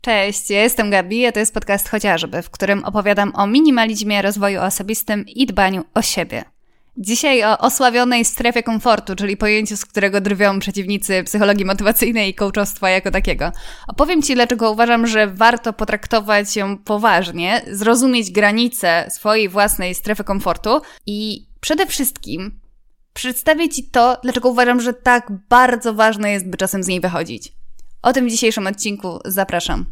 Cześć, ja jestem Gabi, a to jest podcast Chociażby, w którym opowiadam o minimalizmie, rozwoju osobistym i dbaniu o siebie. Dzisiaj o osławionej strefie komfortu, czyli pojęciu, z którego drwią przeciwnicy psychologii motywacyjnej i coachostwa jako takiego. Opowiem Ci, dlaczego uważam, że warto potraktować ją poważnie, zrozumieć granice swojej własnej strefy komfortu i przede wszystkim przedstawię Ci to, dlaczego uważam, że tak bardzo ważne jest, by czasem z niej wychodzić. O tym w dzisiejszym odcinku zapraszam.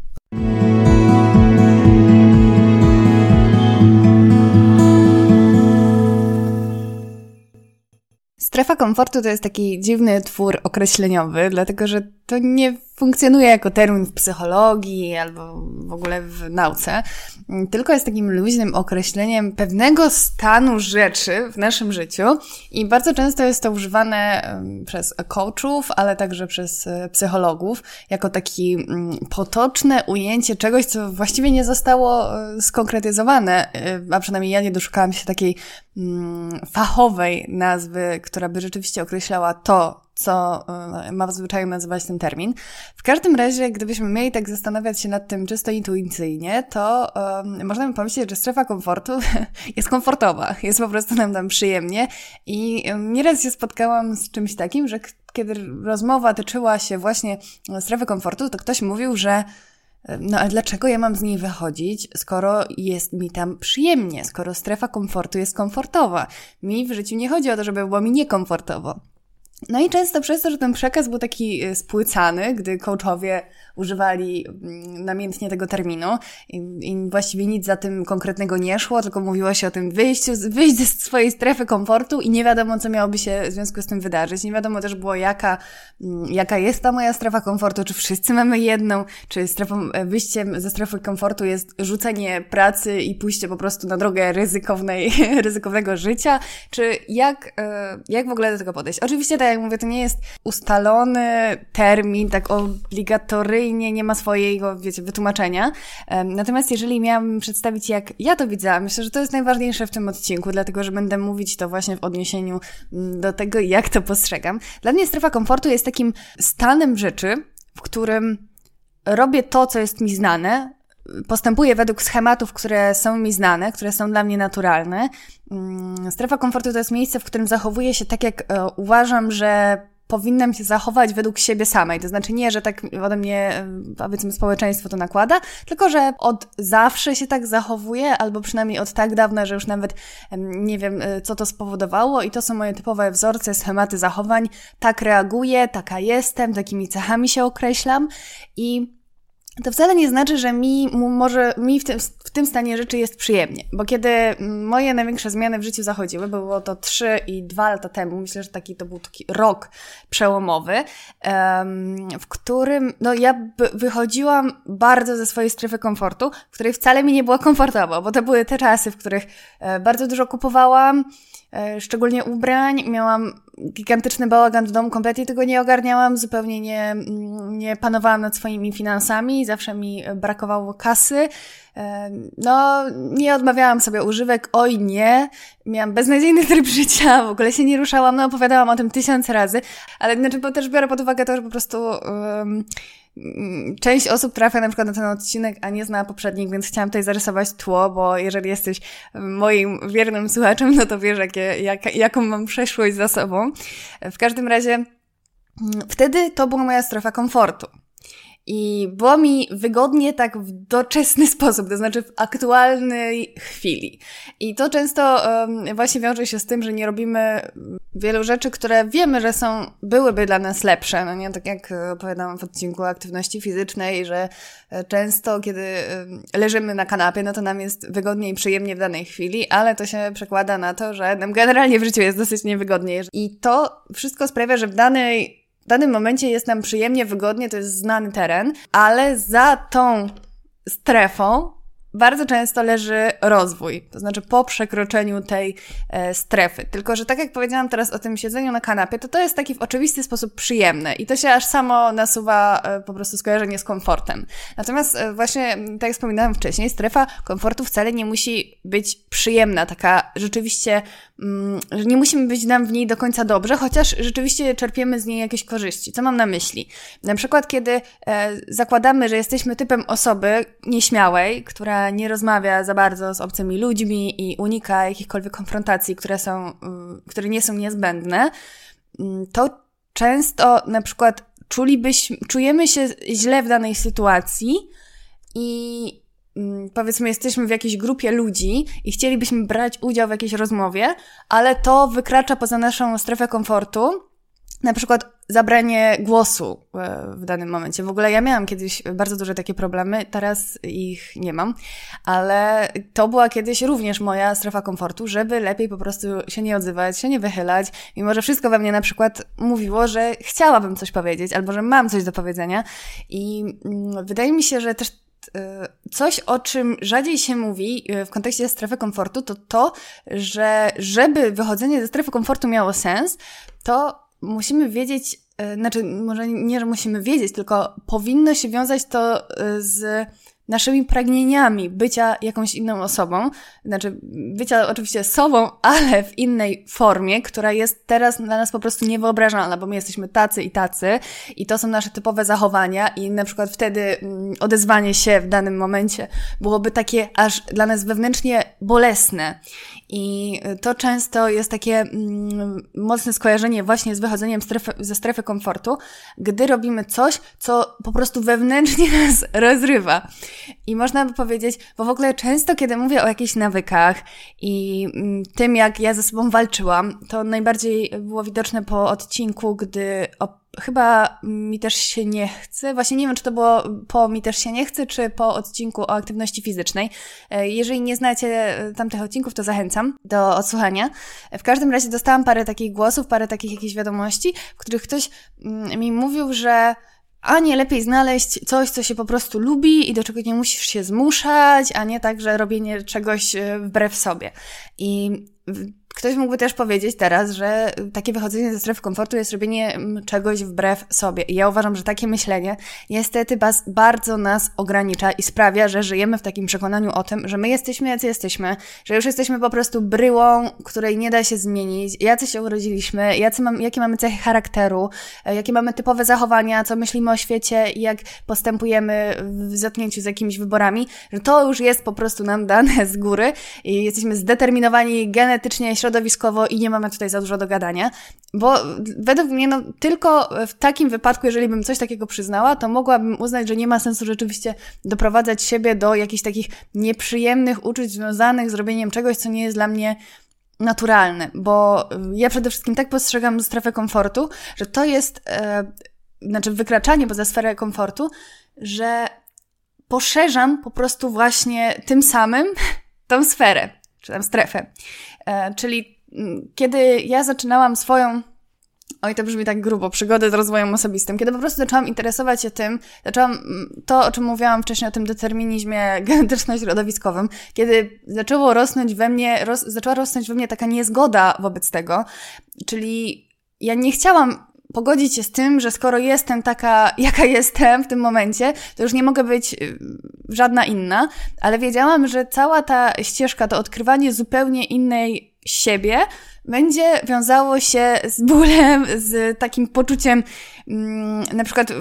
Strefa komfortu to jest taki dziwny twór określeniowy, dlatego że to nie funkcjonuje jako termin w psychologii albo w ogóle w nauce, tylko jest takim luźnym określeniem pewnego stanu rzeczy w naszym życiu i bardzo często jest to używane przez coachów, ale także przez psychologów jako takie potoczne ujęcie czegoś, co właściwie nie zostało skonkretyzowane, a przynajmniej ja nie doszukałam się takiej fachowej nazwy, która by rzeczywiście określała to, co ma w zwyczaju nazywać ten termin. W każdym razie, gdybyśmy mieli tak zastanawiać się nad tym czysto intuicyjnie, to można by pomyśleć, że strefa komfortu jest komfortowa, jest po prostu nam tam przyjemnie i nieraz się spotkałam z czymś takim, że kiedy rozmowa tyczyła się właśnie strefy komfortu, to ktoś mówił, że no ale dlaczego ja mam z niej wychodzić, skoro jest mi tam przyjemnie, skoro strefa komfortu jest komfortowa. Mi w życiu nie chodzi o to, żeby było mi niekomfortowo. No i często przez to, że ten przekaz był taki spłycany, gdy coachowie używali namiętnie tego terminu i właściwie nic za tym konkretnego nie szło, tylko mówiło się o tym wyjść ze swojej strefy komfortu i nie wiadomo, co miałoby się w związku z tym wydarzyć. Nie wiadomo też było, jaka jest ta moja strefa komfortu, czy wszyscy mamy jedną, czy wyjściem ze strefy komfortu jest rzucenie pracy i pójście po prostu na drogę ryzykownego życia, czy jak w ogóle do tego podejść. Oczywiście, tak jak mówię, to nie jest ustalony termin, tak obligatoryjnie, nie ma swojego, wytłumaczenia. Natomiast jeżeli miałabym przedstawić, jak ja to widzę, myślę, że to jest najważniejsze w tym odcinku, dlatego, że będę mówić to właśnie w odniesieniu do tego, jak to postrzegam. Dla mnie strefa komfortu jest takim stanem rzeczy, w którym robię to, co jest mi znane, postępuję według schematów, które są mi znane, które są dla mnie naturalne. Strefa komfortu to jest miejsce, w którym zachowuję się tak, jak uważam, że powinnam się zachować według siebie samej. To znaczy nie, że tak ode mnie, powiedzmy, społeczeństwo to nakłada, tylko że od zawsze się tak zachowuję, albo przynajmniej od tak dawna, że już nawet nie wiem, co to spowodowało i to są moje typowe wzorce, schematy zachowań. Tak reaguję, taka jestem, takimi cechami się określam i to wcale nie znaczy, że mi w tym stanie rzeczy jest przyjemnie, bo kiedy moje największe zmiany w życiu zachodziły, było to 3 i 2 lata temu, myślę, że to był taki rok przełomowy, w którym ja wychodziłam bardzo ze swojej strefy komfortu, w której wcale mi nie było komfortowo, bo to były te czasy, w których bardzo dużo kupowałam, szczególnie ubrań, miałam gigantyczny bałagan w domu, kompletnie tego nie ogarniałam, zupełnie nie panowałam nad swoimi finansami, zawsze mi brakowało kasy, nie odmawiałam sobie używek, oj nie, miałam beznadziejny tryb życia, w ogóle się nie ruszałam, opowiadałam o tym 1000 razy, ale bo też biorę pod uwagę to, że po prostu część osób trafia na przykład na ten odcinek, a nie zna poprzednich, więc chciałam tutaj zarysować tło, bo jeżeli jesteś moim wiernym słuchaczem, no to wiesz, jaką mam przeszłość za sobą. W każdym razie wtedy to była moja strefa komfortu. I było mi wygodnie tak w doczesny sposób, to znaczy w aktualnej chwili. I to często właśnie wiąże się z tym, że nie robimy wielu rzeczy, które wiemy, że byłyby dla nas lepsze. No nie, tak jak opowiadałam w odcinku o aktywności fizycznej, że często kiedy leżymy na kanapie, no to nam jest wygodnie i przyjemnie w danej chwili, ale to się przekłada na to, że nam generalnie w życiu jest dosyć niewygodnie. I to wszystko sprawia, że w danym momencie jest nam przyjemnie, wygodnie, to jest znany teren, ale za tą strefą bardzo często leży rozwój, to znaczy po przekroczeniu tej strefy. Tylko że tak jak powiedziałam teraz o tym siedzeniu na kanapie, to jest taki w oczywisty sposób przyjemne i to się aż samo nasuwa po prostu skojarzenie z komfortem. Natomiast właśnie, tak jak wspominałam wcześniej, strefa komfortu wcale nie musi być przyjemna, taka rzeczywiście, że nie musimy być nam w niej do końca dobrze, chociaż rzeczywiście czerpiemy z niej jakieś korzyści. Co mam na myśli? Na przykład, kiedy zakładamy, że jesteśmy typem osoby nieśmiałej, która nie rozmawia za bardzo z obcymi ludźmi i unika jakichkolwiek konfrontacji, które nie są niezbędne, to często na przykład czujemy się źle w danej sytuacji i powiedzmy jesteśmy w jakiejś grupie ludzi i chcielibyśmy brać udział w jakiejś rozmowie, ale to wykracza poza naszą strefę komfortu, na przykład zabranie głosu w danym momencie. W ogóle ja miałam kiedyś bardzo duże takie problemy, teraz ich nie mam, ale to była kiedyś również moja strefa komfortu, żeby lepiej po prostu się nie odzywać, się nie wychylać, mimo że wszystko we mnie na przykład mówiło, że chciałabym coś powiedzieć, albo że mam coś do powiedzenia i wydaje mi się, że też coś, o czym rzadziej się mówi w kontekście strefy komfortu, to, że żeby wychodzenie ze strefy komfortu miało sens, to musimy wiedzieć, znaczy może nie, że musimy wiedzieć, tylko powinno się wiązać to z naszymi pragnieniami bycia jakąś inną osobą, znaczy bycia oczywiście sobą, ale w innej formie, która jest teraz dla nas po prostu niewyobrażalna, bo my jesteśmy tacy i to są nasze typowe zachowania i na przykład wtedy odezwanie się w danym momencie byłoby takie aż dla nas wewnętrznie bolesne. I to często jest takie mocne skojarzenie właśnie z wychodzeniem ze strefy komfortu, gdy robimy coś, co po prostu wewnętrznie nas rozrywa. I można by powiedzieć, bo w ogóle często, kiedy mówię o jakichś nawykach i tym, jak ja ze sobą walczyłam, to najbardziej było widoczne po odcinku, gdy chyba mi też się nie chce. Właśnie nie wiem, czy to było po mi też się nie chce, czy po odcinku o aktywności fizycznej. Jeżeli nie znacie tamtych odcinków, to zachęcam do odsłuchania. W każdym razie dostałam parę takich głosów, parę takich jakichś wiadomości, w których ktoś mi mówił, że nie lepiej znaleźć coś, co się po prostu lubi i do czego nie musisz się zmuszać, a nie tak, że robienie czegoś wbrew sobie. I ktoś mógłby też powiedzieć teraz, że takie wychodzenie ze strefy komfortu jest robienie czegoś wbrew sobie. I ja uważam, że takie myślenie niestety bardzo nas ogranicza i sprawia, że żyjemy w takim przekonaniu o tym, że my jesteśmy jacy jesteśmy, że już jesteśmy po prostu bryłą, której nie da się zmienić, jacy się urodziliśmy, jakie mamy cechy charakteru, jakie mamy typowe zachowania, co myślimy o świecie i jak postępujemy w zetknięciu z jakimiś wyborami, że to już jest po prostu nam dane z góry i jesteśmy zdeterminowani genetycznie, środowiskowo i nie mamy tutaj za dużo do gadania, bo według mnie tylko w takim wypadku, jeżeli bym coś takiego przyznała, to mogłabym uznać, że nie ma sensu rzeczywiście doprowadzać siebie do jakichś takich nieprzyjemnych uczuć związanych z robieniem czegoś, co nie jest dla mnie naturalne, bo ja przede wszystkim tak postrzegam strefę komfortu, że to jest wykraczanie poza sferę komfortu, że poszerzam po prostu właśnie tym samym tą sferę, czy tam strefę. Czyli kiedy ja zaczynałam swoją, to brzmi tak grubo, przygodę z rozwojem osobistym, kiedy po prostu zaczęłam interesować się tym, zaczęłam to, o czym mówiłam wcześniej, o tym determinizmie genetyczno-środowiskowym, kiedy zaczęła rosnąć we mnie taka niezgoda wobec tego, czyli ja nie chciałam pogodzić się z tym, że skoro jestem taka, jaka jestem w tym momencie, to już nie mogę być żadna inna, ale wiedziałam, że cała ta ścieżka, to odkrywanie zupełnie innej siebie będzie wiązało się z bólem, z takim poczuciem, na przykład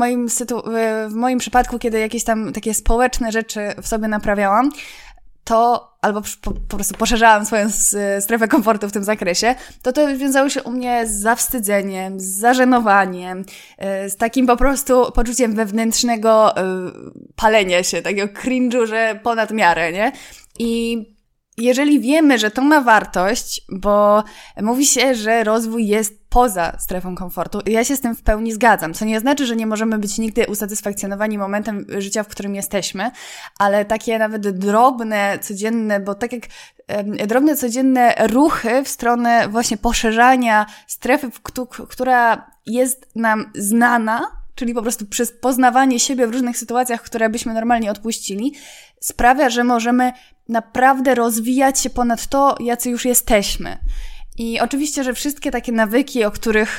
w moim przypadku, kiedy jakieś tam takie społeczne rzeczy w sobie naprawiałam, to albo po prostu poszerzałam swoją strefę komfortu w tym zakresie, to wiązało się u mnie z zawstydzeniem, z zażenowaniem, z takim po prostu poczuciem wewnętrznego palenia się, takiego cringe'u, że ponad miarę, nie? I jeżeli wiemy, że to ma wartość, bo mówi się, że rozwój jest poza strefą komfortu, ja się z tym w pełni zgadzam, co nie znaczy, że nie możemy być nigdy usatysfakcjonowani momentem życia, w którym jesteśmy, ale takie nawet drobne, codzienne, bo tak jak drobne, codzienne ruchy w stronę właśnie poszerzania strefy, która jest nam znana, czyli po prostu przez poznawanie siebie w różnych sytuacjach, które byśmy normalnie odpuścili, sprawia, że możemy naprawdę rozwijać się ponad to, jacy już jesteśmy. I oczywiście, że wszystkie takie nawyki, o których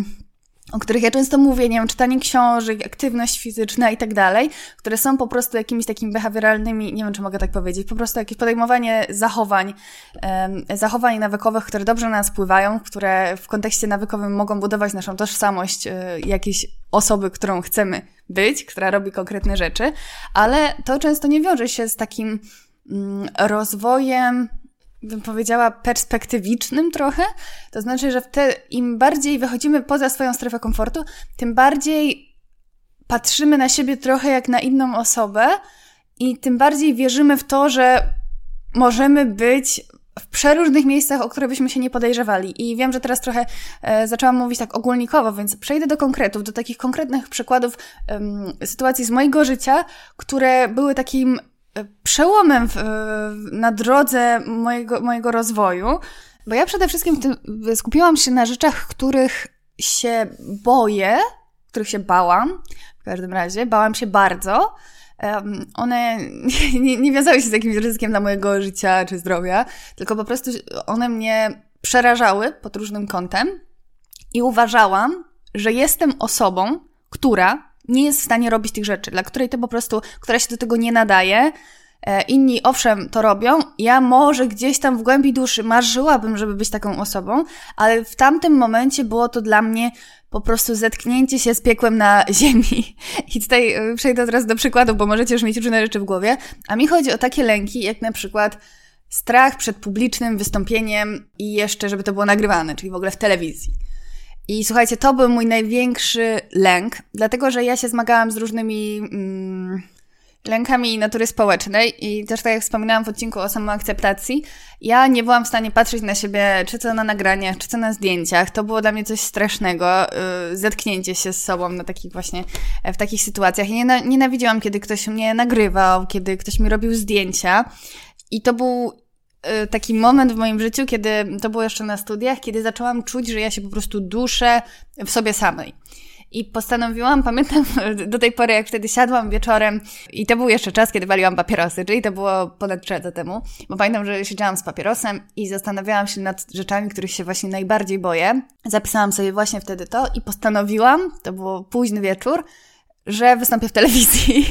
ja często mówię, nie wiem, czytanie książek, aktywność fizyczna i tak dalej, które są po prostu jakimiś takimi behawioralnymi, nie wiem, czy mogę tak powiedzieć, po prostu jakieś podejmowanie zachowań nawykowych, które dobrze na nas wpływają, które w kontekście nawykowym mogą budować naszą tożsamość jakiejś osoby, którą chcemy być, która robi konkretne rzeczy, ale to często nie wiąże się z takim rozwojem, bym powiedziała, perspektywicznym trochę. To znaczy, że im bardziej wychodzimy poza swoją strefę komfortu, tym bardziej patrzymy na siebie trochę jak na inną osobę i tym bardziej wierzymy w to, że możemy być w przeróżnych miejscach, o które byśmy się nie podejrzewali. I wiem, że teraz trochę zaczęłam mówić tak ogólnikowo, więc przejdę do konkretów, do takich konkretnych przykładów sytuacji z mojego życia, które były takim przełomem na drodze mojego rozwoju, bo ja przede wszystkim skupiłam się na rzeczach, których się boję, których się bałam, w każdym razie, bałam się bardzo. One nie wiązały się z jakimś ryzykiem dla mojego życia czy zdrowia, tylko po prostu one mnie przerażały pod różnym kątem i uważałam, że jestem osobą, która nie jest w stanie robić tych rzeczy, dla której to po prostu, która się do tego nie nadaje. Inni owszem to robią, ja może gdzieś tam w głębi duszy marzyłabym, żeby być taką osobą, ale w tamtym momencie było to dla mnie po prostu zetknięcie się z piekłem na ziemi. I tutaj przejdę teraz do przykładów, bo możecie już mieć różne rzeczy w głowie, a mi chodzi o takie lęki, jak na przykład strach przed publicznym wystąpieniem i jeszcze, żeby to było nagrywane, czyli w ogóle w telewizji. I słuchajcie, to był mój największy lęk, dlatego że ja się zmagałam z różnymi lękami natury społecznej i też tak jak wspominałam w odcinku o samoakceptacji, ja nie byłam w stanie patrzeć na siebie, czy to na nagraniach, czy to na zdjęciach. To było dla mnie coś strasznego, zetknięcie się z sobą na takich właśnie, w takich sytuacjach. Ja nienawidziłam, kiedy ktoś mnie nagrywał, kiedy ktoś mi robił zdjęcia i to był taki moment w moim życiu, kiedy to było jeszcze na studiach, kiedy zaczęłam czuć, że ja się po prostu duszę w sobie samej. I postanowiłam, pamiętam do tej pory, jak wtedy siadłam wieczorem i to był jeszcze czas, kiedy waliłam papierosy, czyli to było ponad 3 lata temu, bo pamiętam, że siedziałam z papierosem i zastanawiałam się nad rzeczami, których się właśnie najbardziej boję. Zapisałam sobie właśnie wtedy to i postanowiłam, to było późny wieczór, że wystąpię w telewizji.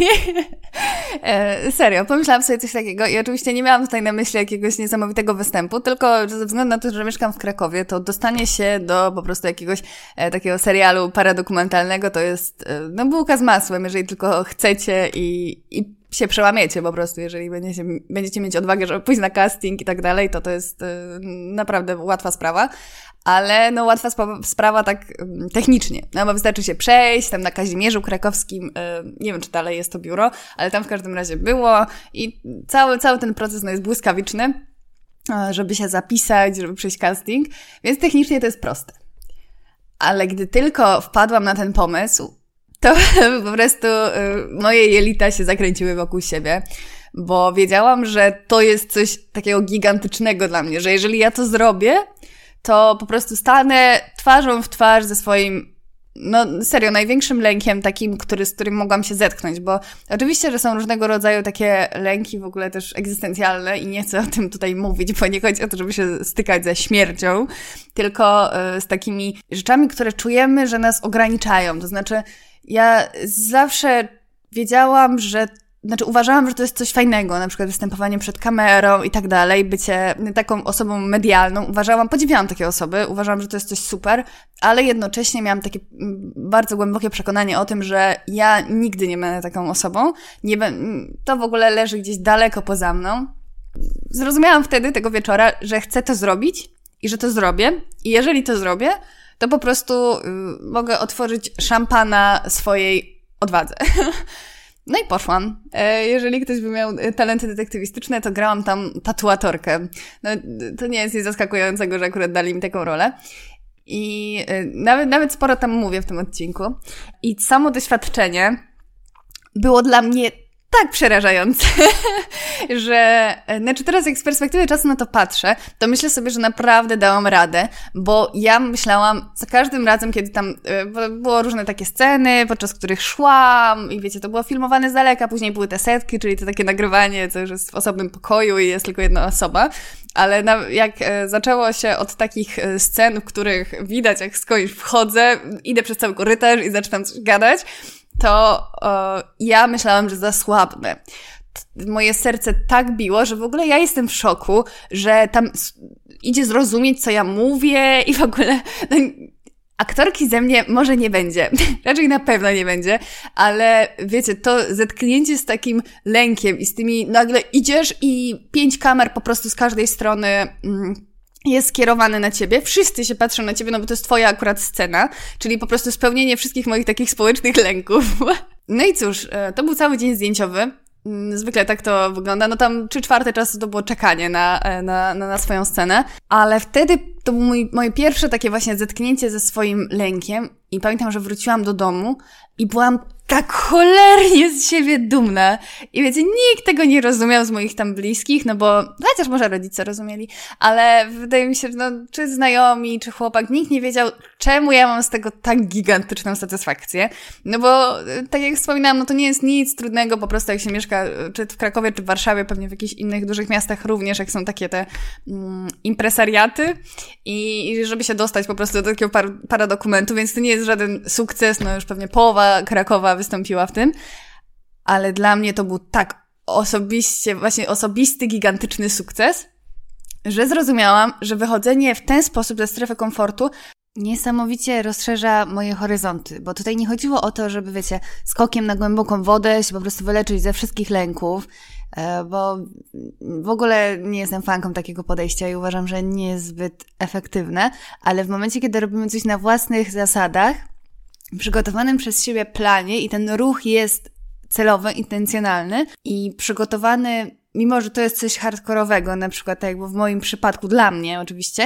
Serio, pomyślałam sobie coś takiego i oczywiście nie miałam tutaj na myśli jakiegoś niesamowitego występu, tylko ze względu na to, że mieszkam w Krakowie, to dostanie się do po prostu jakiegoś takiego serialu paradokumentalnego to jest bułka z masłem, jeżeli tylko chcecie i się przełamiecie po prostu, jeżeli będziecie mieć odwagę, żeby pójść na casting i tak dalej, to jest naprawdę łatwa sprawa. Ale łatwa sprawa tak technicznie, bo wystarczy się przejść tam na Kazimierzu Krakowskim, nie wiem czy dalej jest to biuro, ale tam w każdym razie było i cały ten proces jest błyskawiczny, żeby się zapisać, żeby przejść casting, więc technicznie to jest proste. Ale gdy tylko wpadłam na ten pomysł, to po prostu moje jelita się zakręciły wokół siebie, bo wiedziałam, że to jest coś takiego gigantycznego dla mnie, że jeżeli ja to zrobię, to po prostu stanę twarzą w twarz ze swoim, serio, największym lękiem takim, z którym mogłam się zetknąć, bo oczywiście, że są różnego rodzaju takie lęki w ogóle też egzystencjalne i nie chcę o tym tutaj mówić, bo nie chodzi o to, żeby się stykać ze śmiercią, tylko z takimi rzeczami, które czujemy, że nas ograniczają. To znaczy, ja zawsze uważałam, że to jest coś fajnego, na przykład występowanie przed kamerą i tak dalej, bycie taką osobą medialną. Podziwiałam takie osoby, uważałam, że to jest coś super, ale jednocześnie miałam takie bardzo głębokie przekonanie o tym, że ja nigdy nie będę taką osobą. To w ogóle leży gdzieś daleko poza mną. Zrozumiałam wtedy, tego wieczora, że chcę to zrobić i że to zrobię. I jeżeli to zrobię, to po prostu mogę otworzyć szampana swojej odwadze. No i poszłam. Jeżeli ktoś by miał talenty detektywistyczne, to grałam tam tatuatorkę. To nie jest nic zaskakującego, że akurat dali mi taką rolę. I nawet sporo tam mówię w tym odcinku. I samo doświadczenie było dla mnie tak przerażające, że znaczy teraz jak z perspektywy czasu na to patrzę, to myślę sobie, że naprawdę dałam radę, bo ja myślałam za każdym razem, kiedy tam było różne takie sceny, podczas których szłam i wiecie, to było filmowane z daleka, później były te setki, czyli to takie nagrywanie, co już jest w osobnym pokoju i jest tylko jedna osoba, ale jak zaczęło się od takich scen, w których widać, jak skądś wchodzę, idę przez cały korytarz i zaczynam coś gadać, to ja myślałam, że zasłabnę. Moje serce tak biło, że w ogóle ja jestem w szoku, że tam idzie zrozumieć, co ja mówię i w ogóle... No, aktorki ze mnie może nie będzie, raczej na pewno nie będzie, ale wiecie, to zetknięcie z takim lękiem i z tymi nagle idziesz i 5 kamer po prostu z każdej strony jest skierowane na ciebie, wszyscy się patrzą na ciebie, no bo to jest twoja akurat scena, czyli po prostu spełnienie wszystkich moich takich społecznych lęków. No i cóż, to był cały dzień zdjęciowy. Zwykle tak to wygląda. No tam 3/4 czasu to było czekanie na swoją scenę. Ale wtedy to było moje pierwsze takie właśnie zetknięcie ze swoim lękiem. I pamiętam, że wróciłam do domu i byłam tak cholernie z siebie dumna. I wiecie, nikt tego nie rozumiał z moich tam bliskich, no bo chociaż może rodzice rozumieli, ale wydaje mi się, że no, czy znajomi, czy chłopak, nikt nie wiedział, czemu ja mam z tego tak gigantyczną satysfakcję. No bo, tak jak wspominałam, no to nie jest nic trudnego, po prostu jak się mieszka, czy w Krakowie, czy w Warszawie, pewnie w jakichś innych dużych miastach również, jak są takie te impresariaty i żeby się dostać po prostu do takiego paradokumentu, więc to nie jest żaden sukces, no już pewnie połowa Krakowa wystąpiła w tym, ale dla mnie to był tak osobisty, gigantyczny sukces, że zrozumiałam, że wychodzenie w ten sposób ze strefy komfortu niesamowicie rozszerza moje horyzonty, bo tutaj nie chodziło o to, żeby, wiecie, skokiem na głęboką wodę się po prostu wyleczyć ze wszystkich lęków, bo w ogóle nie jestem fanką takiego podejścia i uważam, że nie jest zbyt efektywne, ale w momencie, kiedy robimy coś na własnych zasadach, w przygotowanym przez siebie planie i ten ruch jest celowy, intencjonalny i przygotowany, mimo że to jest coś hardkorowego, na przykład tak jak w moim przypadku, dla mnie oczywiście,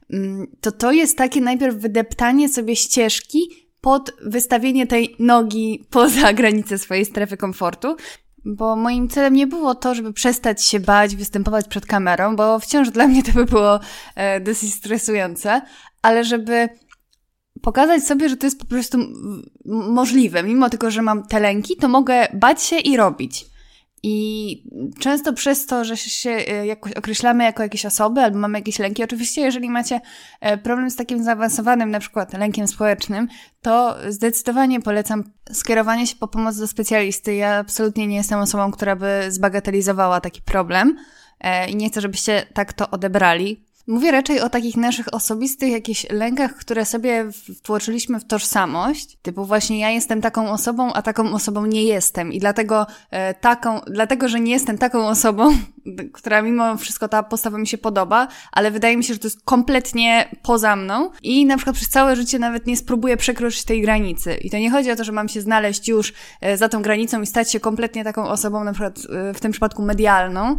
to jest takie najpierw wydeptanie sobie ścieżki pod wystawienie tej nogi poza granicę swojej strefy komfortu, bo moim celem nie było to, żeby przestać się bać, występować przed kamerą, bo wciąż dla mnie to by było dosyć stresujące, ale żeby pokazać sobie, że to jest po prostu możliwe. Mimo tylko, że mam te lęki, to mogę bać się i robić. I często przez to, że się jakoś określamy jako jakieś osoby albo mamy jakieś lęki, oczywiście jeżeli macie problem z takim zaawansowanym na przykład lękiem społecznym, to zdecydowanie polecam skierowanie się po pomoc do specjalisty. Ja absolutnie nie jestem osobą, która by zbagatelizowała taki problem i nie chcę, żebyście tak to odebrali. Mówię raczej o takich naszych osobistych jakichś lękach, które sobie wtłoczyliśmy w tożsamość. Typu właśnie ja jestem taką osobą, a taką osobą nie jestem. I dlatego, że nie jestem taką osobą, która mimo wszystko ta postawa mi się podoba, ale wydaje mi się, że to jest kompletnie poza mną i na przykład przez całe życie nawet nie spróbuję przekroczyć tej granicy. I to nie chodzi o to, że mam się znaleźć już za tą granicą i stać się kompletnie taką osobą, na przykład w tym przypadku medialną,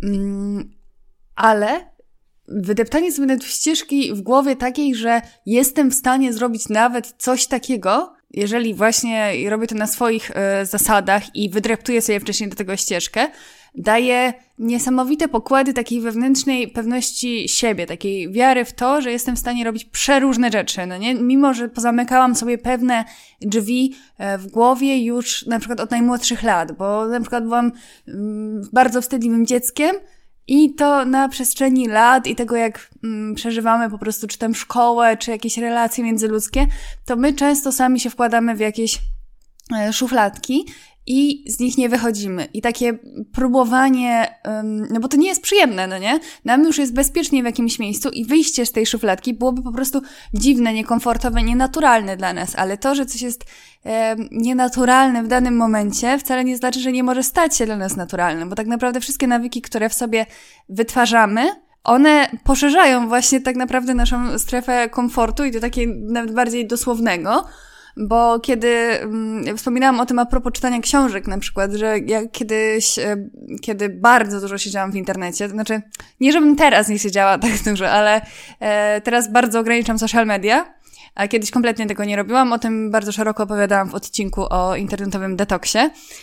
ale wydeptanie sobie nawet ścieżki w głowie takiej, że jestem w stanie zrobić nawet coś takiego, jeżeli właśnie robię to na swoich zasadach i wydreptuję sobie wcześniej do tego ścieżkę, daje niesamowite pokłady takiej wewnętrznej pewności siebie, takiej wiary w to, że jestem w stanie robić przeróżne rzeczy, no nie? Mimo że pozamykałam sobie pewne drzwi w głowie już na przykład od najmłodszych lat, bo na przykład byłam bardzo wstydliwym dzieckiem, i to na przestrzeni lat i tego, jak przeżywamy po prostu czy tam szkołę, czy jakieś relacje międzyludzkie, to my często sami się wkładamy w jakieś szufladki i z nich nie wychodzimy. I takie próbowanie, no bo to nie jest przyjemne, no nie? Nam już jest bezpiecznie w jakimś miejscu i wyjście z tej szufladki byłoby po prostu dziwne, niekomfortowe, nienaturalne dla nas, ale to, że coś jest nienaturalne w danym momencie, wcale nie znaczy, że nie może stać się dla nas naturalne, bo tak naprawdę wszystkie nawyki, które w sobie wytwarzamy, one poszerzają właśnie tak naprawdę naszą strefę komfortu i to takie nawet bardziej dosłownego, bo kiedy wspominałam o tym a propos czytania książek na przykład, że ja kiedyś, kiedy bardzo dużo siedziałam w internecie, to znaczy nie żebym teraz nie siedziała tak dużo, ale teraz bardzo ograniczam social media, a kiedyś kompletnie tego nie robiłam. O tym bardzo szeroko opowiadałam w odcinku o internetowym detoksie.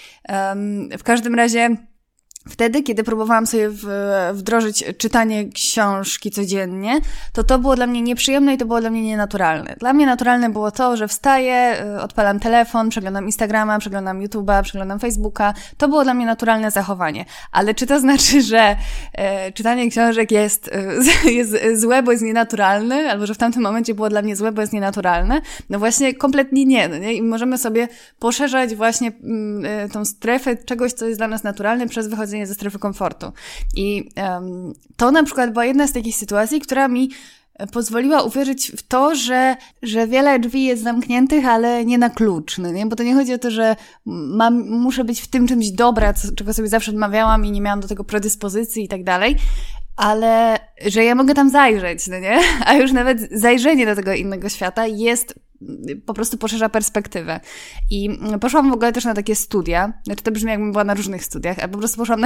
W każdym razie wtedy, kiedy próbowałam sobie wdrożyć czytanie książki codziennie, to było dla mnie nieprzyjemne i to było dla mnie nienaturalne. Dla mnie naturalne było to, że wstaję, odpalam telefon, przeglądam Instagrama, przeglądam YouTube'a, przeglądam Facebooka. To było dla mnie naturalne zachowanie. Ale czy to znaczy, że czytanie książek jest złe, bo jest nienaturalne? Albo że w tamtym momencie było dla mnie złe, bo jest nienaturalne? No właśnie kompletnie nie. No nie? I możemy sobie poszerzać właśnie tą strefę czegoś, co jest dla nas naturalne przez wychodzenie ze strefy komfortu. I to na przykład była jedna z takich sytuacji, która mi pozwoliła uwierzyć w to, że wiele drzwi jest zamkniętych, ale nie na klucz, no nie? Bo to nie chodzi o to, że muszę być w tym czymś dobra, czego sobie zawsze odmawiałam i nie miałam do tego predyspozycji i tak dalej, ale że ja mogę tam zajrzeć, no nie? A już nawet zajrzenie do tego innego świata po prostu poszerza perspektywę. I poszłam w ogóle też na takie studia, znaczy to brzmi jakbym była na różnych studiach, ale po prostu poszłam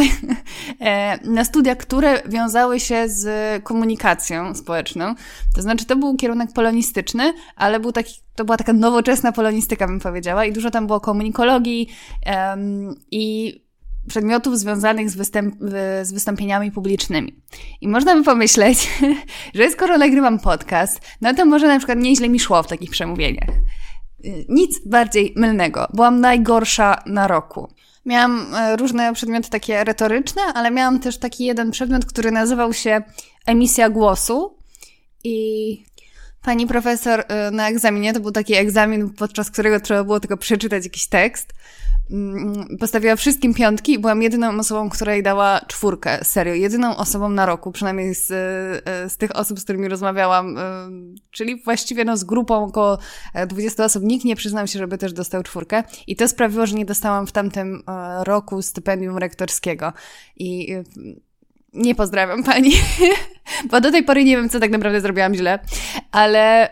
na studia, które wiązały się z komunikacją społeczną. To znaczy to był kierunek polonistyczny, ale to była taka nowoczesna polonistyka, bym powiedziała, i dużo tam było komunikologii i przedmiotów związanych z wystąpieniami publicznymi. I można by pomyśleć, że skoro nagrywam podcast, no to może na przykład nieźle mi szło w takich przemówieniach. Nic bardziej mylnego. Byłam najgorsza na roku. Miałam różne przedmioty takie retoryczne, ale miałam też taki jeden przedmiot, który nazywał się emisja głosu i pani profesor na egzaminie, to był taki egzamin, podczas którego trzeba było tylko przeczytać jakiś tekst, postawiła wszystkim 5 i byłam jedyną osobą, która jej dała 4. Serio, jedyną osobą na roku, przynajmniej z tych osób, z którymi rozmawiałam, czyli właściwie z grupą około 20 osób, nikt nie przyznał się, żeby też dostał 4. I to sprawiło, że nie dostałam w tamtym roku stypendium rektorskiego. I nie pozdrawiam pani, bo do tej pory nie wiem, co tak naprawdę zrobiłam źle, ale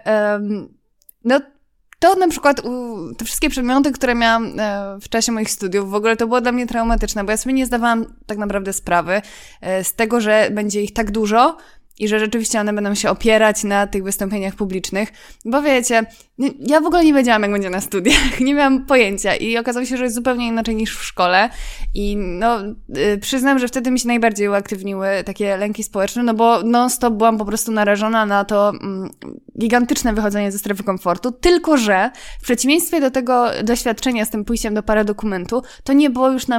to na przykład te wszystkie przedmioty, które miałam w czasie moich studiów, w ogóle to było dla mnie traumatyczne, bo ja sobie nie zdawałam tak naprawdę sprawy z tego, że będzie ich tak dużo i że rzeczywiście one będą się opierać na tych wystąpieniach publicznych, bo wiecie, ja w ogóle nie wiedziałam, jak będzie na studiach, nie miałam pojęcia i okazało się, że jest zupełnie inaczej niż w szkole i przyznam, że wtedy mi się najbardziej uaktywniły takie lęki społeczne, bo non-stop byłam po prostu narażona na to gigantyczne wychodzenie ze strefy komfortu, tylko że w przeciwieństwie do tego doświadczenia z tym pójściem do paradokumentu, to nie było już na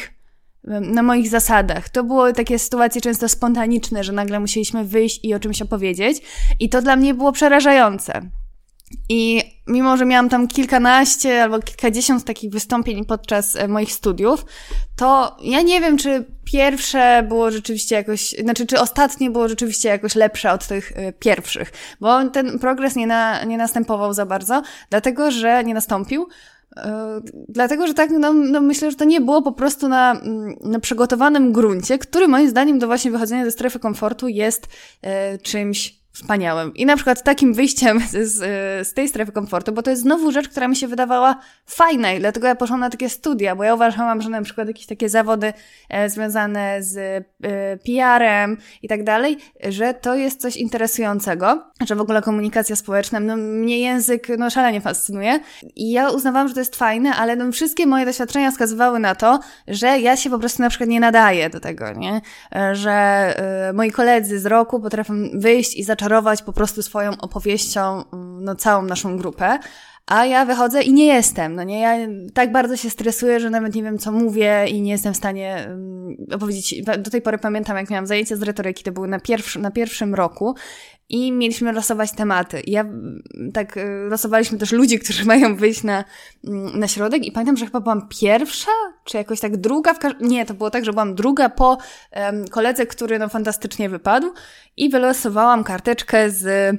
moich zasadach. To były takie sytuacje często spontaniczne, że nagle musieliśmy wyjść i o czymś opowiedzieć i to dla mnie było przerażające. I mimo, że miałam tam kilkanaście albo kilkadziesiąt takich wystąpień podczas moich studiów, to ja nie wiem, czy pierwsze było rzeczywiście jakoś, czy ostatnie było rzeczywiście jakoś lepsze od tych pierwszych, bo ten progres nie następował za bardzo, dlatego, że nie nastąpił. Dlatego, że tak, myślę, że to nie było po prostu na przygotowanym gruncie, który moim zdaniem do właśnie wychodzenia ze strefy komfortu jest czymś wspaniałym. I na przykład takim wyjściem z tej strefy komfortu, bo to jest znowu rzecz, która mi się wydawała fajna i dlatego ja poszłam na takie studia, bo ja uważałam, że na przykład jakieś takie zawody związane z PR-em i tak dalej, że to jest coś interesującego, że w ogóle komunikacja społeczna, mnie język szalenie fascynuje i ja uznawałam, że to jest fajne, ale wszystkie moje doświadczenia wskazywały na to, że ja się po prostu na przykład nie nadaję do tego, nie? Że moi koledzy z roku potrafią wyjść i zaczarować po prostu swoją opowieścią całą naszą grupę, a ja wychodzę i nie jestem, nie? Ja tak bardzo się stresuję, że nawet nie wiem, co mówię i nie jestem w stanie opowiedzieć. Do tej pory pamiętam, jak miałam zajęcia z retoryki, to były na pierwszym roku i mieliśmy losować tematy. I losowaliśmy też ludzi, którzy mają wyjść na środek i pamiętam, że chyba byłam pierwsza, czy jakoś tak druga. Nie, to było tak, że byłam druga po koledze, który fantastycznie wypadł i wylosowałam karteczkę z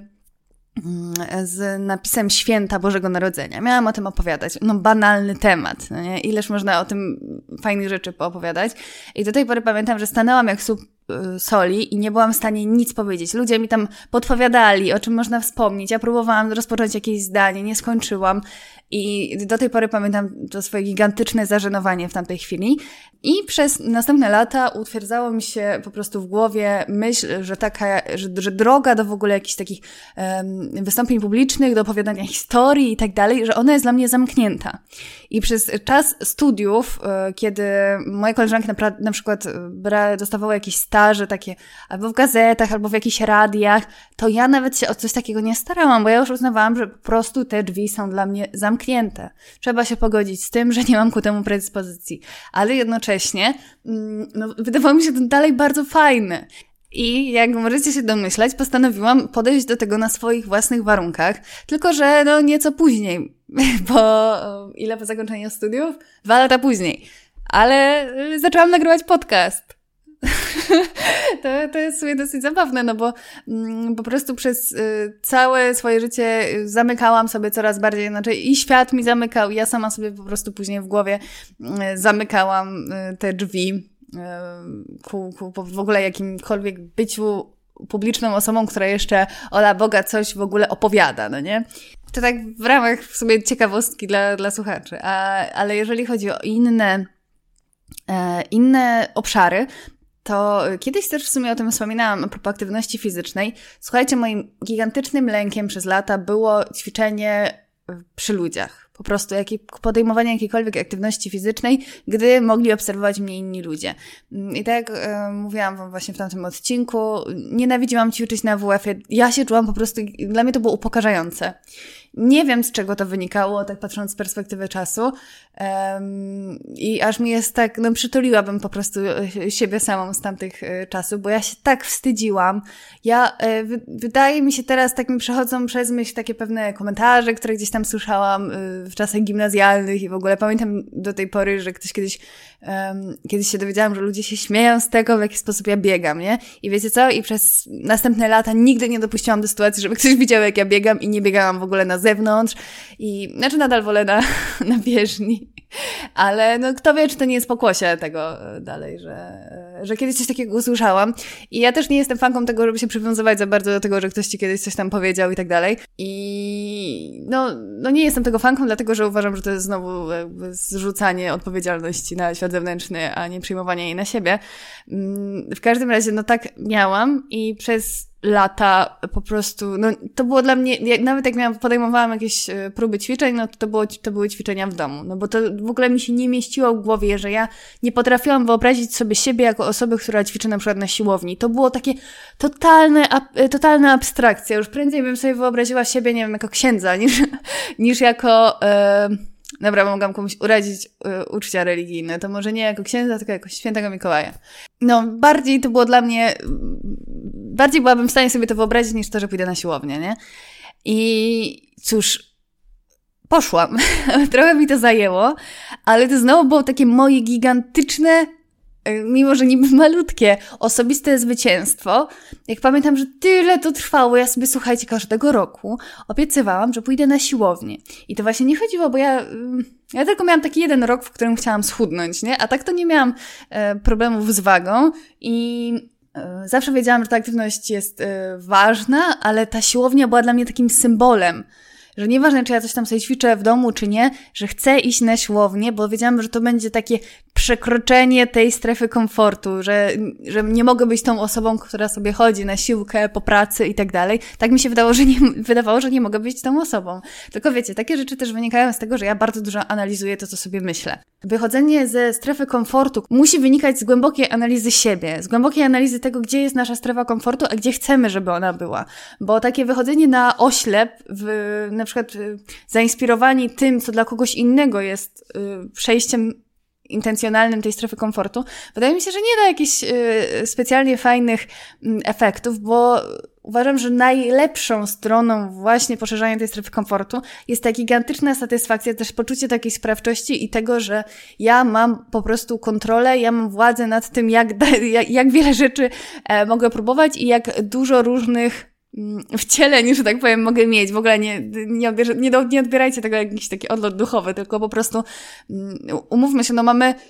napisem Święta Bożego Narodzenia. Miałam o tym opowiadać. Banalny temat. Nie? Ileż można o tym fajnych rzeczy poopowiadać. I do tej pory pamiętam, że stanęłam jak słup soli i nie byłam w stanie nic powiedzieć. Ludzie mi tam podpowiadali, o czym można wspomnieć. Ja próbowałam rozpocząć jakieś zdanie, nie skończyłam. I do tej pory pamiętam to swoje gigantyczne zażenowanie w tamtej chwili. I przez następne lata utwierdzało mi się po prostu w głowie myśl, że droga do w ogóle jakichś takich wystąpień publicznych, do opowiadania historii i tak dalej, że ona jest dla mnie zamknięta. I przez czas studiów, kiedy moje koleżanki na przykład dostawały jakieś staże takie albo w gazetach, albo w jakichś radiach, to ja nawet się o coś takiego nie starałam, bo ja już uznawałam, że po prostu te drzwi są dla mnie zamknięte. Trzeba się pogodzić z tym, że nie mam ku temu predyspozycji. Ale jednocześnie wydawało mi się to dalej bardzo fajne. I jak możecie się domyślać, postanowiłam podejść do tego na swoich własnych warunkach, tylko że nieco później, bo ile po zakończeniu studiów? 2 lata później. Ale zaczęłam nagrywać podcast. To jest w sumie dosyć zabawne, bo po prostu przez całe swoje życie zamykałam sobie coraz bardziej, i świat mi zamykał, ja sama sobie po prostu później w głowie zamykałam te drzwi ku w ogóle jakimkolwiek byciu publiczną osobą, która jeszcze ola Boga coś w ogóle opowiada, nie? To tak w ramach w sobie ciekawostki dla słuchaczy. Ale jeżeli chodzi o inne obszary, to kiedyś też w sumie o tym wspominałam, a propos aktywności fizycznej. Słuchajcie, moim gigantycznym lękiem przez lata było ćwiczenie przy ludziach. Po prostu podejmowanie jakiejkolwiek aktywności fizycznej, gdy mogli obserwować mnie inni ludzie. I tak jak mówiłam wam właśnie w tamtym odcinku, nienawidziłam ćwiczyć na WF-ie. Ja się czułam po prostu, dla mnie to było upokarzające. Nie wiem, z czego to wynikało, tak patrząc z perspektywy czasu. I aż mi jest tak, przytuliłabym po prostu siebie samą z tamtych czasów, bo ja się tak wstydziłam. Wydaje mi się teraz, tak mi przechodzą przez myśl takie pewne komentarze, które gdzieś tam słyszałam w czasach gimnazjalnych i w ogóle pamiętam do tej pory, że ktoś kiedyś się dowiedziałam, że ludzie się śmieją z tego, w jaki sposób ja biegam, nie? I wiecie co? I przez następne lata nigdy nie dopuściłam do sytuacji, żeby ktoś widział, jak ja biegam i nie biegałam w ogóle na zewnątrz. Nadal wolę na bieżni. Ale kto wie, czy to nie jest pokłosie tego dalej, że kiedyś coś takiego usłyszałam. I ja też nie jestem fanką tego, żeby się przywiązywać za bardzo do tego, że ktoś ci kiedyś coś tam powiedział i tak dalej. I nie jestem tego fanką, dlatego, że uważam, że to jest znowu zrzucanie odpowiedzialności na świat zewnętrzny, a nie przyjmowanie jej na siebie. W każdym razie, tak miałam i przez lata po prostu, to było dla mnie, nawet jak podejmowałam jakieś próby ćwiczeń, to były ćwiczenia w domu, bo to w ogóle mi się nie mieściło w głowie, że ja nie potrafiłam wyobrazić sobie siebie jako osoby, która ćwiczy na przykład na siłowni. To było takie totalna abstrakcja. Już prędzej bym sobie wyobraziła siebie, nie wiem, jako księdza, niż jako... Dobra, mogłam komuś urazić uczucia religijne. To może nie jako księdza, tylko jako świętego Mikołaja. Bardziej to było dla mnie... Bardziej byłabym w stanie sobie to wyobrazić, niż to, że pójdę na siłownię, nie? I cóż, poszłam. Trochę mi to zajęło, ale to znowu było takie moje gigantyczne, mimo że niby malutkie, osobiste zwycięstwo. Jak pamiętam, że tyle to trwało, ja sobie, słuchajcie, każdego roku obiecywałam, że pójdę na siłownię. I to właśnie nie chodziło, bo ja tylko miałam taki jeden rok, w którym chciałam schudnąć, nie? A tak to nie miałam problemów z wagą i zawsze wiedziałam, że ta aktywność jest ważna, ale ta siłownia była dla mnie takim symbolem, że nieważne, czy ja coś tam sobie ćwiczę w domu, czy nie, że chcę iść na siłownię, bo wiedziałam, że to będzie takie przekroczenie tej strefy komfortu, że nie mogę być tą osobą, która sobie chodzi na siłkę po pracy i tak dalej. Tak mi się wydawało, że nie mogę być tą osobą. Tylko wiecie, takie rzeczy też wynikają z tego, że ja bardzo dużo analizuję to, co sobie myślę. Wychodzenie ze strefy komfortu musi wynikać z głębokiej analizy siebie, z głębokiej analizy tego, gdzie jest nasza strefa komfortu, a gdzie chcemy, żeby ona była. Bo takie wychodzenie na oślep, na przykład zainspirowani tym, co dla kogoś innego jest przejściem intencjonalnym tej strefy komfortu, wydaje mi się, że nie da jakichś specjalnie fajnych efektów, bo uważam, że najlepszą stroną właśnie poszerzania tej strefy komfortu jest ta gigantyczna satysfakcja, też poczucie takiej sprawczości i tego, że ja mam po prostu kontrolę, ja mam władzę nad tym, jak wiele rzeczy mogę próbować i jak dużo różnych wcieleń, że tak powiem, mogę mieć. W ogóle nie odbierajcie tego jak jakiś taki odlot duchowy, tylko po prostu umówmy się,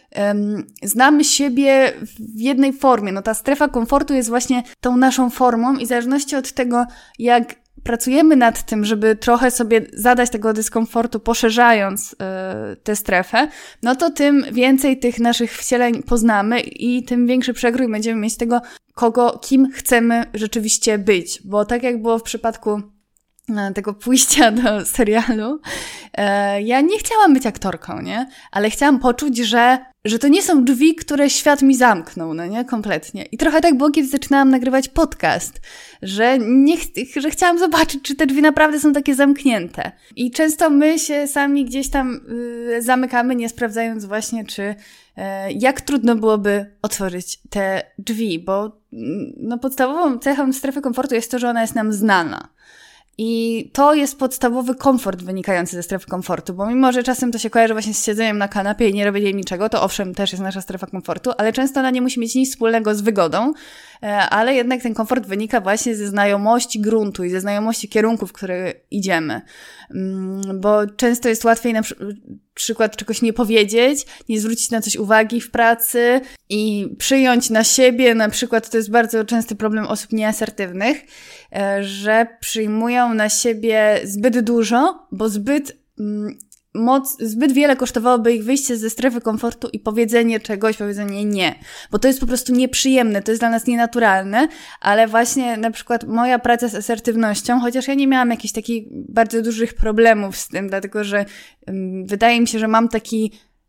znamy siebie w jednej formie. Ta strefa komfortu jest właśnie tą naszą formą i w zależności od tego, jak pracujemy nad tym, żeby trochę sobie zadać tego dyskomfortu, poszerzając tę strefę, no to tym więcej tych naszych wcieleń poznamy i tym większy przekrój będziemy mieć tego, kim chcemy rzeczywiście być. Bo tak jak było w przypadku tego pójścia do serialu, ja nie chciałam być aktorką, nie? Ale chciałam poczuć, że to nie są drzwi, które świat mi zamknął, no nie? Kompletnie. I trochę tak było, kiedy zaczynałam nagrywać podcast, że chciałam zobaczyć, czy te drzwi naprawdę są takie zamknięte. I często my się sami gdzieś tam zamykamy, nie sprawdzając właśnie, czy jak trudno byłoby otworzyć te drzwi, bo no, podstawową cechą strefy komfortu jest to, że ona jest nam znana. I to jest podstawowy komfort wynikający ze strefy komfortu, bo mimo, że czasem to się kojarzy właśnie z siedzeniem na kanapie i nie robieniem niczego, to owszem, też jest nasza strefa komfortu, ale często ona nie musi mieć nic wspólnego z wygodą, ale jednak ten komfort wynika właśnie ze znajomości gruntu i ze znajomości kierunku, w który idziemy. Bo często jest łatwiej na przykład czegoś nie powiedzieć, nie zwrócić na coś uwagi w pracy i przyjąć na siebie, na przykład to jest bardzo częsty problem osób nieasertywnych, że przyjmują na siebie zbyt dużo, bo zbyt wiele kosztowałoby ich wyjście ze strefy komfortu i powiedzenie czegoś, powiedzenie nie. Bo to jest po prostu nieprzyjemne, to jest dla nas nienaturalne, ale właśnie na przykład moja praca z asertywnością, chociaż ja nie miałam jakichś takich bardzo dużych problemów z tym, dlatego że wydaje mi się, że mam taki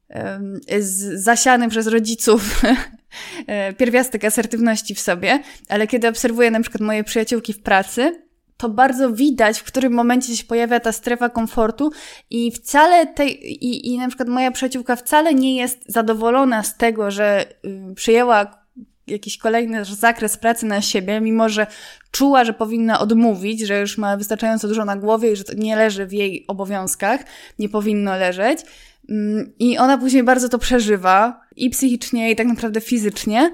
zasiany przez rodziców pierwiastek asertywności w sobie, ale kiedy obserwuję na przykład moje przyjaciółki w pracy, to bardzo widać, w którym momencie się pojawia ta strefa komfortu i wcale i na przykład moja przyjaciółka wcale nie jest zadowolona z tego, że przyjęła jakiś kolejny zakres pracy na siebie, mimo że czuła, że powinna odmówić, że już ma wystarczająco dużo na głowie i że to nie leży w jej obowiązkach, nie powinno leżeć. I ona później bardzo to przeżywa i psychicznie, i tak naprawdę fizycznie,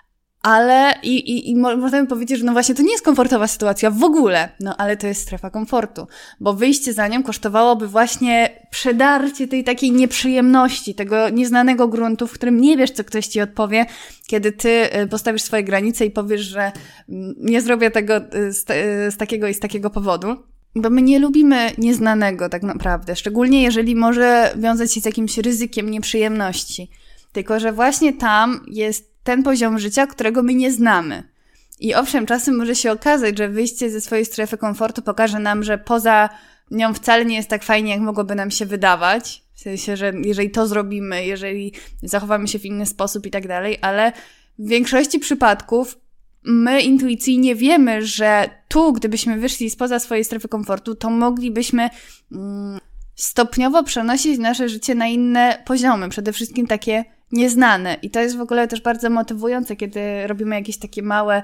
ale i możemy powiedzieć, że no właśnie to nie jest komfortowa sytuacja w ogóle, no ale to jest strefa komfortu, bo wyjście za nią kosztowałoby właśnie przedarcie tej takiej nieprzyjemności, tego nieznanego gruntu, w którym nie wiesz, co ktoś ci odpowie, kiedy ty postawisz swoje granice i powiesz, że nie zrobię tego z takiego i z takiego powodu. Bo my nie lubimy nieznanego tak naprawdę, szczególnie jeżeli może wiązać się z jakimś ryzykiem nieprzyjemności. Tylko że właśnie tam jest ten poziom życia, którego my nie znamy. I owszem, czasem może się okazać, że wyjście ze swojej strefy komfortu pokaże nam, że poza nią wcale nie jest tak fajnie, jak mogłoby nam się wydawać. W sensie, że jeżeli to zrobimy, jeżeli zachowamy się w inny sposób i tak dalej, ale w większości przypadków my intuicyjnie wiemy, że tu, gdybyśmy wyszli spoza swojej strefy komfortu, to moglibyśmy stopniowo przenosić nasze życie na inne poziomy, przede wszystkim takie nieznane. I to jest w ogóle też bardzo motywujące, kiedy robimy jakieś takie małe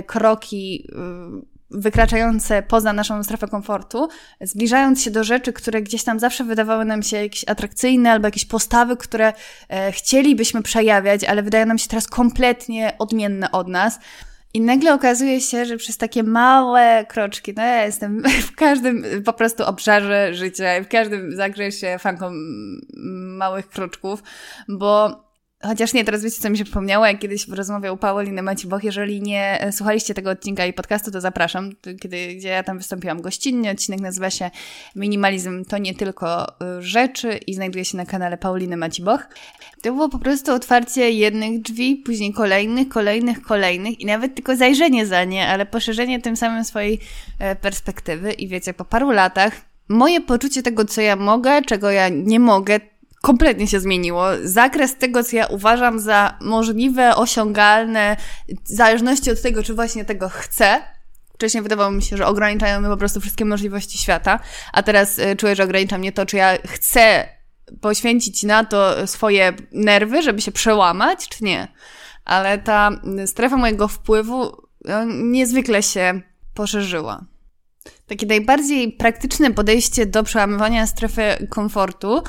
kroki wykraczające poza naszą strefę komfortu, zbliżając się do rzeczy, które gdzieś tam zawsze wydawały nam się jakieś atrakcyjne, albo jakieś postawy, które chcielibyśmy przejawiać, ale wydają nam się teraz kompletnie odmienne od nas. I nagle okazuje się, że przez takie małe kroczki, no ja jestem w każdym po prostu obszarze życia, w każdym zakresie fanką małych kroczków, bo chociaż nie, teraz wiecie, co mi się przypomniało, jak kiedyś w rozmowie u Pauliny Maciboch, jeżeli nie słuchaliście tego odcinka i podcastu, to zapraszam, gdzie ja tam wystąpiłam gościnnie. Odcinek nazywa się Minimalizm to nie tylko rzeczy i znajduje się na kanale Pauliny Maciboch. To było po prostu otwarcie jednych drzwi, później kolejnych i nawet tylko zajrzenie za nie, ale poszerzenie tym samym swojej perspektywy i wiecie, po paru latach moje poczucie tego, co ja mogę, czego ja nie mogę, kompletnie się zmieniło. Zakres tego, co ja uważam za możliwe, osiągalne, w zależności od tego, czy właśnie tego chcę. Wcześniej wydawało mi się, że ograniczają mnie po prostu wszystkie możliwości świata, a teraz czuję, że ogranicza mnie to, czy ja chcę poświęcić na to swoje nerwy, żeby się przełamać, czy nie. Ale ta strefa mojego wpływu niezwykle się poszerzyła. Takie najbardziej praktyczne podejście do przełamywania strefy komfortu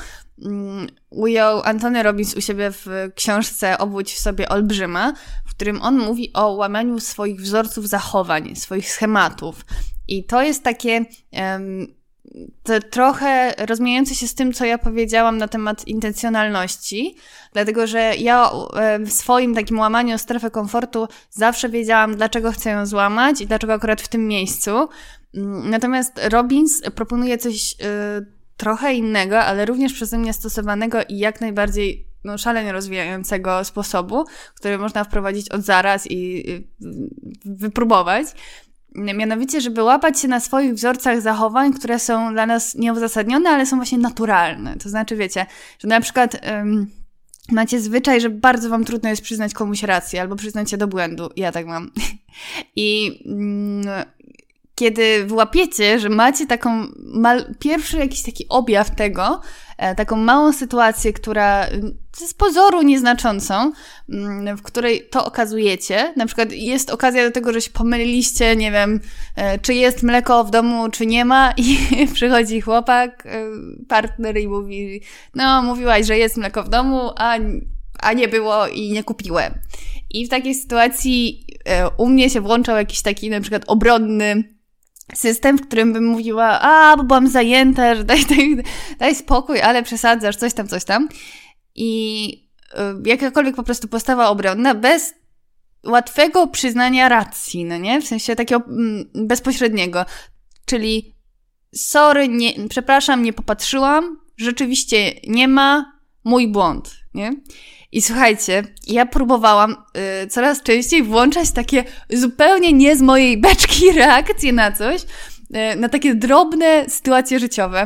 ujął Anthony Robbins u siebie w książce Obudź w sobie olbrzyma, w którym on mówi o łamaniu swoich wzorców zachowań, swoich schematów. I to jest takie trochę rozmijające się z tym, co ja powiedziałam na temat intencjonalności, dlatego że ja w swoim takim łamaniu strefy komfortu zawsze wiedziałam, dlaczego chcę ją złamać i dlaczego akurat w tym miejscu. Natomiast Robbins proponuje coś trochę innego, ale również przeze mnie stosowanego i jak najbardziej szalenie rozwijającego sposobu, który można wprowadzić od zaraz i wypróbować. Mianowicie, żeby łapać się na swoich wzorcach zachowań, które są dla nas nieuzasadnione, ale są właśnie naturalne. To znaczy, wiecie, że na przykład macie zwyczaj, że bardzo wam trudno jest przyznać komuś rację albo przyznać się do błędu. Ja tak mam. I kiedy wyłapiecie, że macie taką pierwszy jakiś taki objaw tego, taką małą sytuację, która z pozoru nieznaczącą, w której to okazujecie, na przykład jest okazja do tego, że się pomyliliście, nie wiem, czy jest mleko w domu, czy nie ma i przychodzi chłopak, partner i mówi, no mówiłaś, że jest mleko w domu, a nie było i nie kupiłem. I w takiej sytuacji u mnie się włączał jakiś taki na przykład obronny system, w którym bym mówiła, bo byłam zajęta, że daj spokój, ale przesadzasz, coś tam. I jakakolwiek po prostu postawa obronna bez łatwego przyznania racji, no nie? W sensie takiego bezpośredniego. Czyli sorry, przepraszam, nie popatrzyłam, rzeczywiście nie ma, mój błąd, nie? I słuchajcie, ja próbowałam coraz częściej włączać takie zupełnie nie z mojej beczki reakcje na coś, na takie drobne sytuacje życiowe.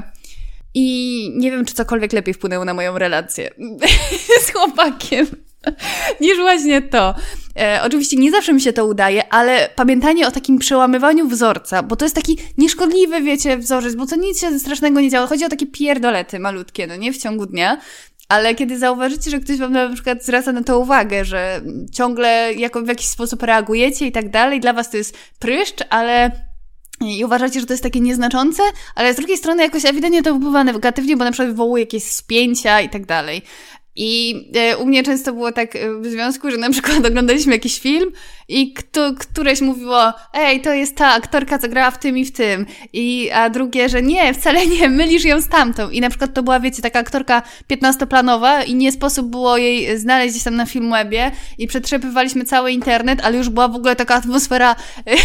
I nie wiem, czy cokolwiek lepiej wpłynęło na moją relację z chłopakiem niż właśnie to. Oczywiście nie zawsze mi się to udaje, ale pamiętanie o takim przełamywaniu wzorca, bo to jest taki nieszkodliwy, wiecie, wzorzec, bo to nic się strasznego nie działo. Chodzi o takie pierdolety malutkie, no nie, w ciągu dnia. Ale kiedy zauważycie, że ktoś wam na przykład zwraca na to uwagę, że ciągle w jakiś sposób reagujecie i tak dalej, dla was to jest pryszcz, ale i uważacie, że to jest takie nieznaczące, ale z drugiej strony jakoś ewidentnie to wpływa negatywnie, bo na przykład wywołuje jakieś spięcia i tak dalej. I u mnie często było tak w związku, że na przykład oglądaliśmy jakiś film i któreś mówiło, ej, to jest ta aktorka, co grała w tym i w tym. A drugie, że nie, wcale nie, mylisz ją z tamtą. I na przykład to była, wiecie, taka aktorka 15-planowa i nie sposób było jej znaleźć gdzieś tam na Filmwebie i przetrzepywaliśmy cały internet, ale już była w ogóle taka atmosfera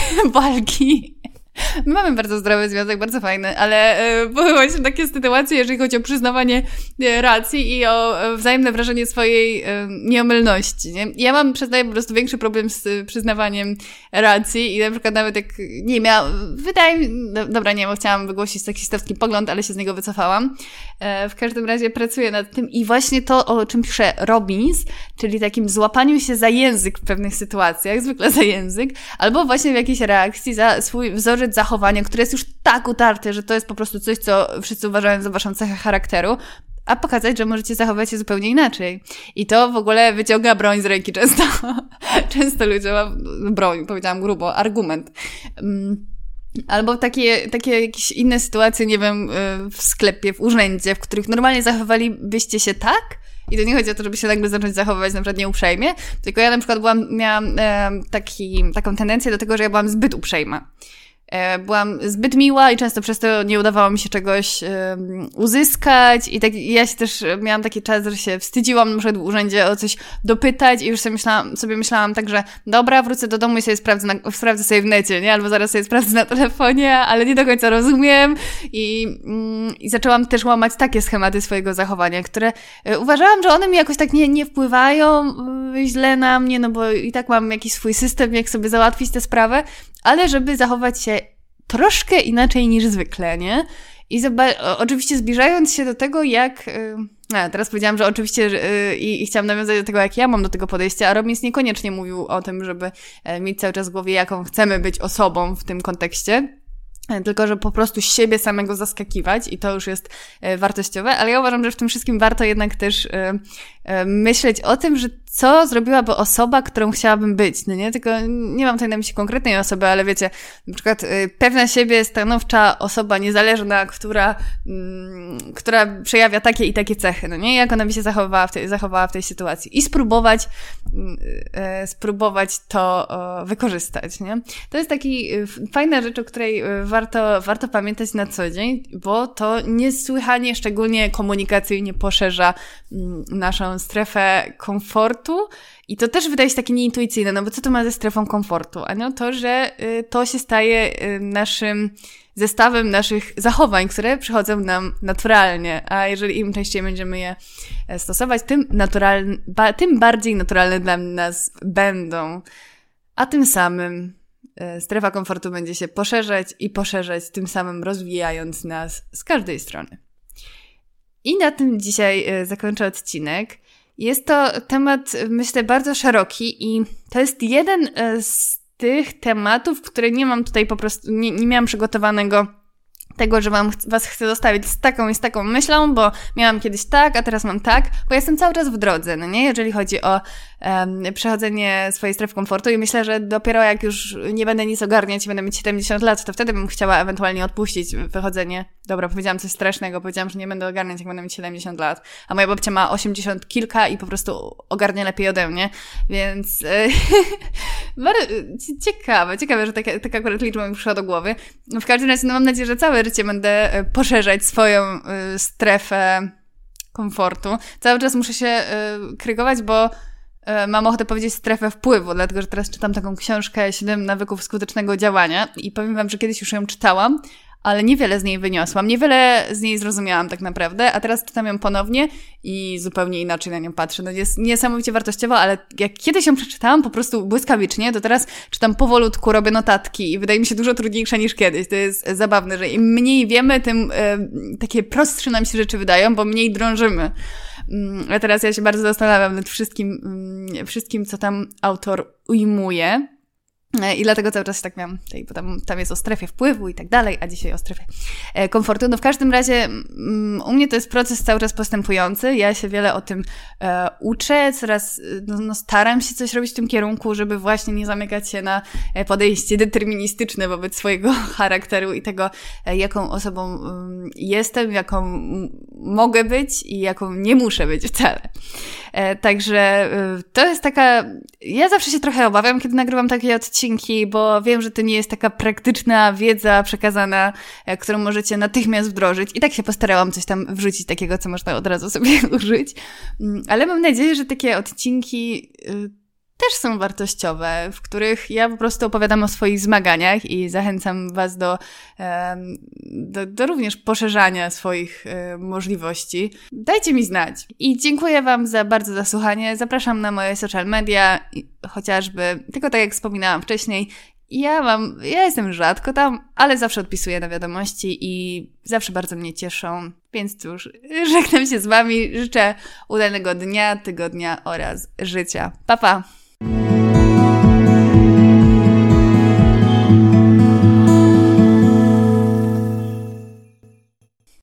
walki. My mamy bardzo zdrowy związek, bardzo fajny, ale były właśnie takie sytuacje, jeżeli chodzi o przyznawanie racji i o wzajemne wrażenie swojej nieomylności, nie? Ja mam, przyznaję, po prostu większy problem z przyznawaniem racji i na przykład nawet jak nie miałam, dobra, nie, bo chciałam wygłosić seksistowski pogląd, ale się z niego wycofałam. W każdym razie pracuję nad tym i właśnie to, o czym pisze Robbins, czyli takim złapaniu się za język w pewnych sytuacjach, zwykle za język, albo właśnie w jakiejś reakcji za swój wzorzec zachowania, które jest już tak utarte, że to jest po prostu coś, co wszyscy uważają za waszą cechę charakteru, a pokazać, że możecie zachować się zupełnie inaczej. I to w ogóle wyciąga broń z ręki często. Często ludzie broń, powiedziałam grubo, argument. Albo takie jakieś inne sytuacje, nie wiem, w sklepie, w urzędzie, w których normalnie zachowalibyście się tak, i to nie chodzi o to, żeby się nagle zacząć zachowywać na przykład nieuprzejmie, tylko ja na przykład miałam taką tendencję do tego, że ja byłam zbyt uprzejma. Byłam zbyt miła i często przez to nie udawało mi się czegoś uzyskać i tak ja się też miałam taki czas, że się wstydziłam na przykład w urzędzie o coś dopytać i już sobie myślałam tak, że dobra, wrócę do domu i sobie sprawdzę sobie w necie, nie? Albo zaraz sobie sprawdzę na telefonie, ale nie do końca rozumiem i zaczęłam też łamać takie schematy swojego zachowania, które uważałam, że one mi jakoś tak nie wpływają źle na mnie, no bo i tak mam jakiś swój system, jak sobie załatwić tę sprawę, ale żeby zachować się troszkę inaczej niż zwykle, nie? I oczywiście zbliżając się do tego, jak... teraz powiedziałam, że oczywiście i chciałam nawiązać do tego, jak ja mam do tego podejścia, a Robbins niekoniecznie mówił o tym, żeby mieć cały czas w głowie, jaką chcemy być osobą w tym kontekście, tylko że po prostu siebie samego zaskakiwać i to już jest wartościowe, ale ja uważam, że w tym wszystkim warto jednak też myśleć o tym, że co zrobiłaby osoba, którą chciałabym być, no nie? Tylko nie mam tutaj na myśli konkretnej osoby, ale wiecie, na przykład pewna siebie, stanowcza osoba niezależna, która przejawia takie i takie cechy, no nie? Jak ona by się zachowała w tej sytuacji i spróbować to wykorzystać, nie? To jest taki fajna rzecz, o której warto pamiętać na co dzień, bo to niesłychanie, szczególnie komunikacyjnie poszerza naszą strefę komfortu i to też wydaje się takie nieintuicyjne, no bo co to ma ze strefą komfortu? Ano to, że to się staje naszym zestawem naszych zachowań, które przychodzą nam naturalnie, a jeżeli im częściej będziemy je stosować, tym bardziej naturalne dla nas będą, a tym samym strefa komfortu będzie się poszerzać, tym samym rozwijając nas z każdej strony. I na tym dzisiaj zakończę odcinek. Jest to temat, myślę, bardzo szeroki i to jest jeden z tych tematów, które nie mam tutaj po prostu, nie miałam przygotowanego tego, że was chcę zostawić z taką i z taką myślą, bo miałam kiedyś tak, a teraz mam tak, bo ja jestem cały czas w drodze, no nie? Jeżeli chodzi o przechodzenie swojej strefy komfortu i myślę, że dopiero jak już nie będę nic ogarniać i będę mieć 70 lat, to wtedy bym chciała ewentualnie odpuścić wychodzenie. Dobra, powiedziałam coś strasznego, powiedziałam, że nie będę ogarniać, jak będę mieć 70 lat, a moja babcia ma 80 kilka i po prostu ogarnia lepiej ode mnie, więc ciekawe, że taka akurat liczba mi przyszła do głowy. W każdym razie, no mam nadzieję, że całe życie będę poszerzać swoją strefę komfortu. Cały czas muszę się krygować, bo mam ochotę powiedzieć strefę wpływu, dlatego że teraz czytam taką książkę 7 nawyków skutecznego działania i powiem wam, że kiedyś już ją czytałam, ale niewiele z niej wyniosłam, niewiele z niej zrozumiałam tak naprawdę, a teraz czytam ją ponownie i zupełnie inaczej na nią patrzę. No jest niesamowicie wartościowa, ale jak kiedyś ją przeczytałam po prostu błyskawicznie, to teraz czytam powolutku, robię notatki i wydaje mi się dużo trudniejsza niż kiedyś. To jest zabawne, że im mniej wiemy, tym takie prostsze nam się rzeczy wydają, bo mniej drążymy. A teraz ja się bardzo zastanawiam nad wszystkim, co tam autor ujmuje. I dlatego cały czas się tak miałam, bo tam jest o strefie wpływu i tak dalej, a dzisiaj o strefie komfortu. No w każdym razie u mnie to jest proces cały czas postępujący. Ja się wiele o tym uczę, coraz staram się coś robić w tym kierunku, żeby właśnie nie zamykać się na podejście deterministyczne wobec swojego charakteru i tego, jaką osobą jestem, jaką mogę być i jaką nie muszę być wcale. Także to jest taka... Ja zawsze się trochę obawiam, kiedy nagrywam takie odcinki, bo wiem, że to nie jest taka praktyczna wiedza przekazana, którą możecie natychmiast wdrożyć. I tak się postarałam coś tam wrzucić takiego, co można od razu sobie użyć. Ale mam nadzieję, że takie odcinki też są wartościowe, w których ja po prostu opowiadam o swoich zmaganiach i zachęcam was do również poszerzania swoich możliwości. Dajcie mi znać. I dziękuję wam bardzo za słuchanie. Zapraszam na moje social media, chociażby, tylko tak jak wspominałam wcześniej, ja jestem rzadko tam, ale zawsze odpisuję na wiadomości i zawsze bardzo mnie cieszą. Więc cóż, żegnam się z wami. Życzę udanego dnia, tygodnia oraz życia. Pa, pa!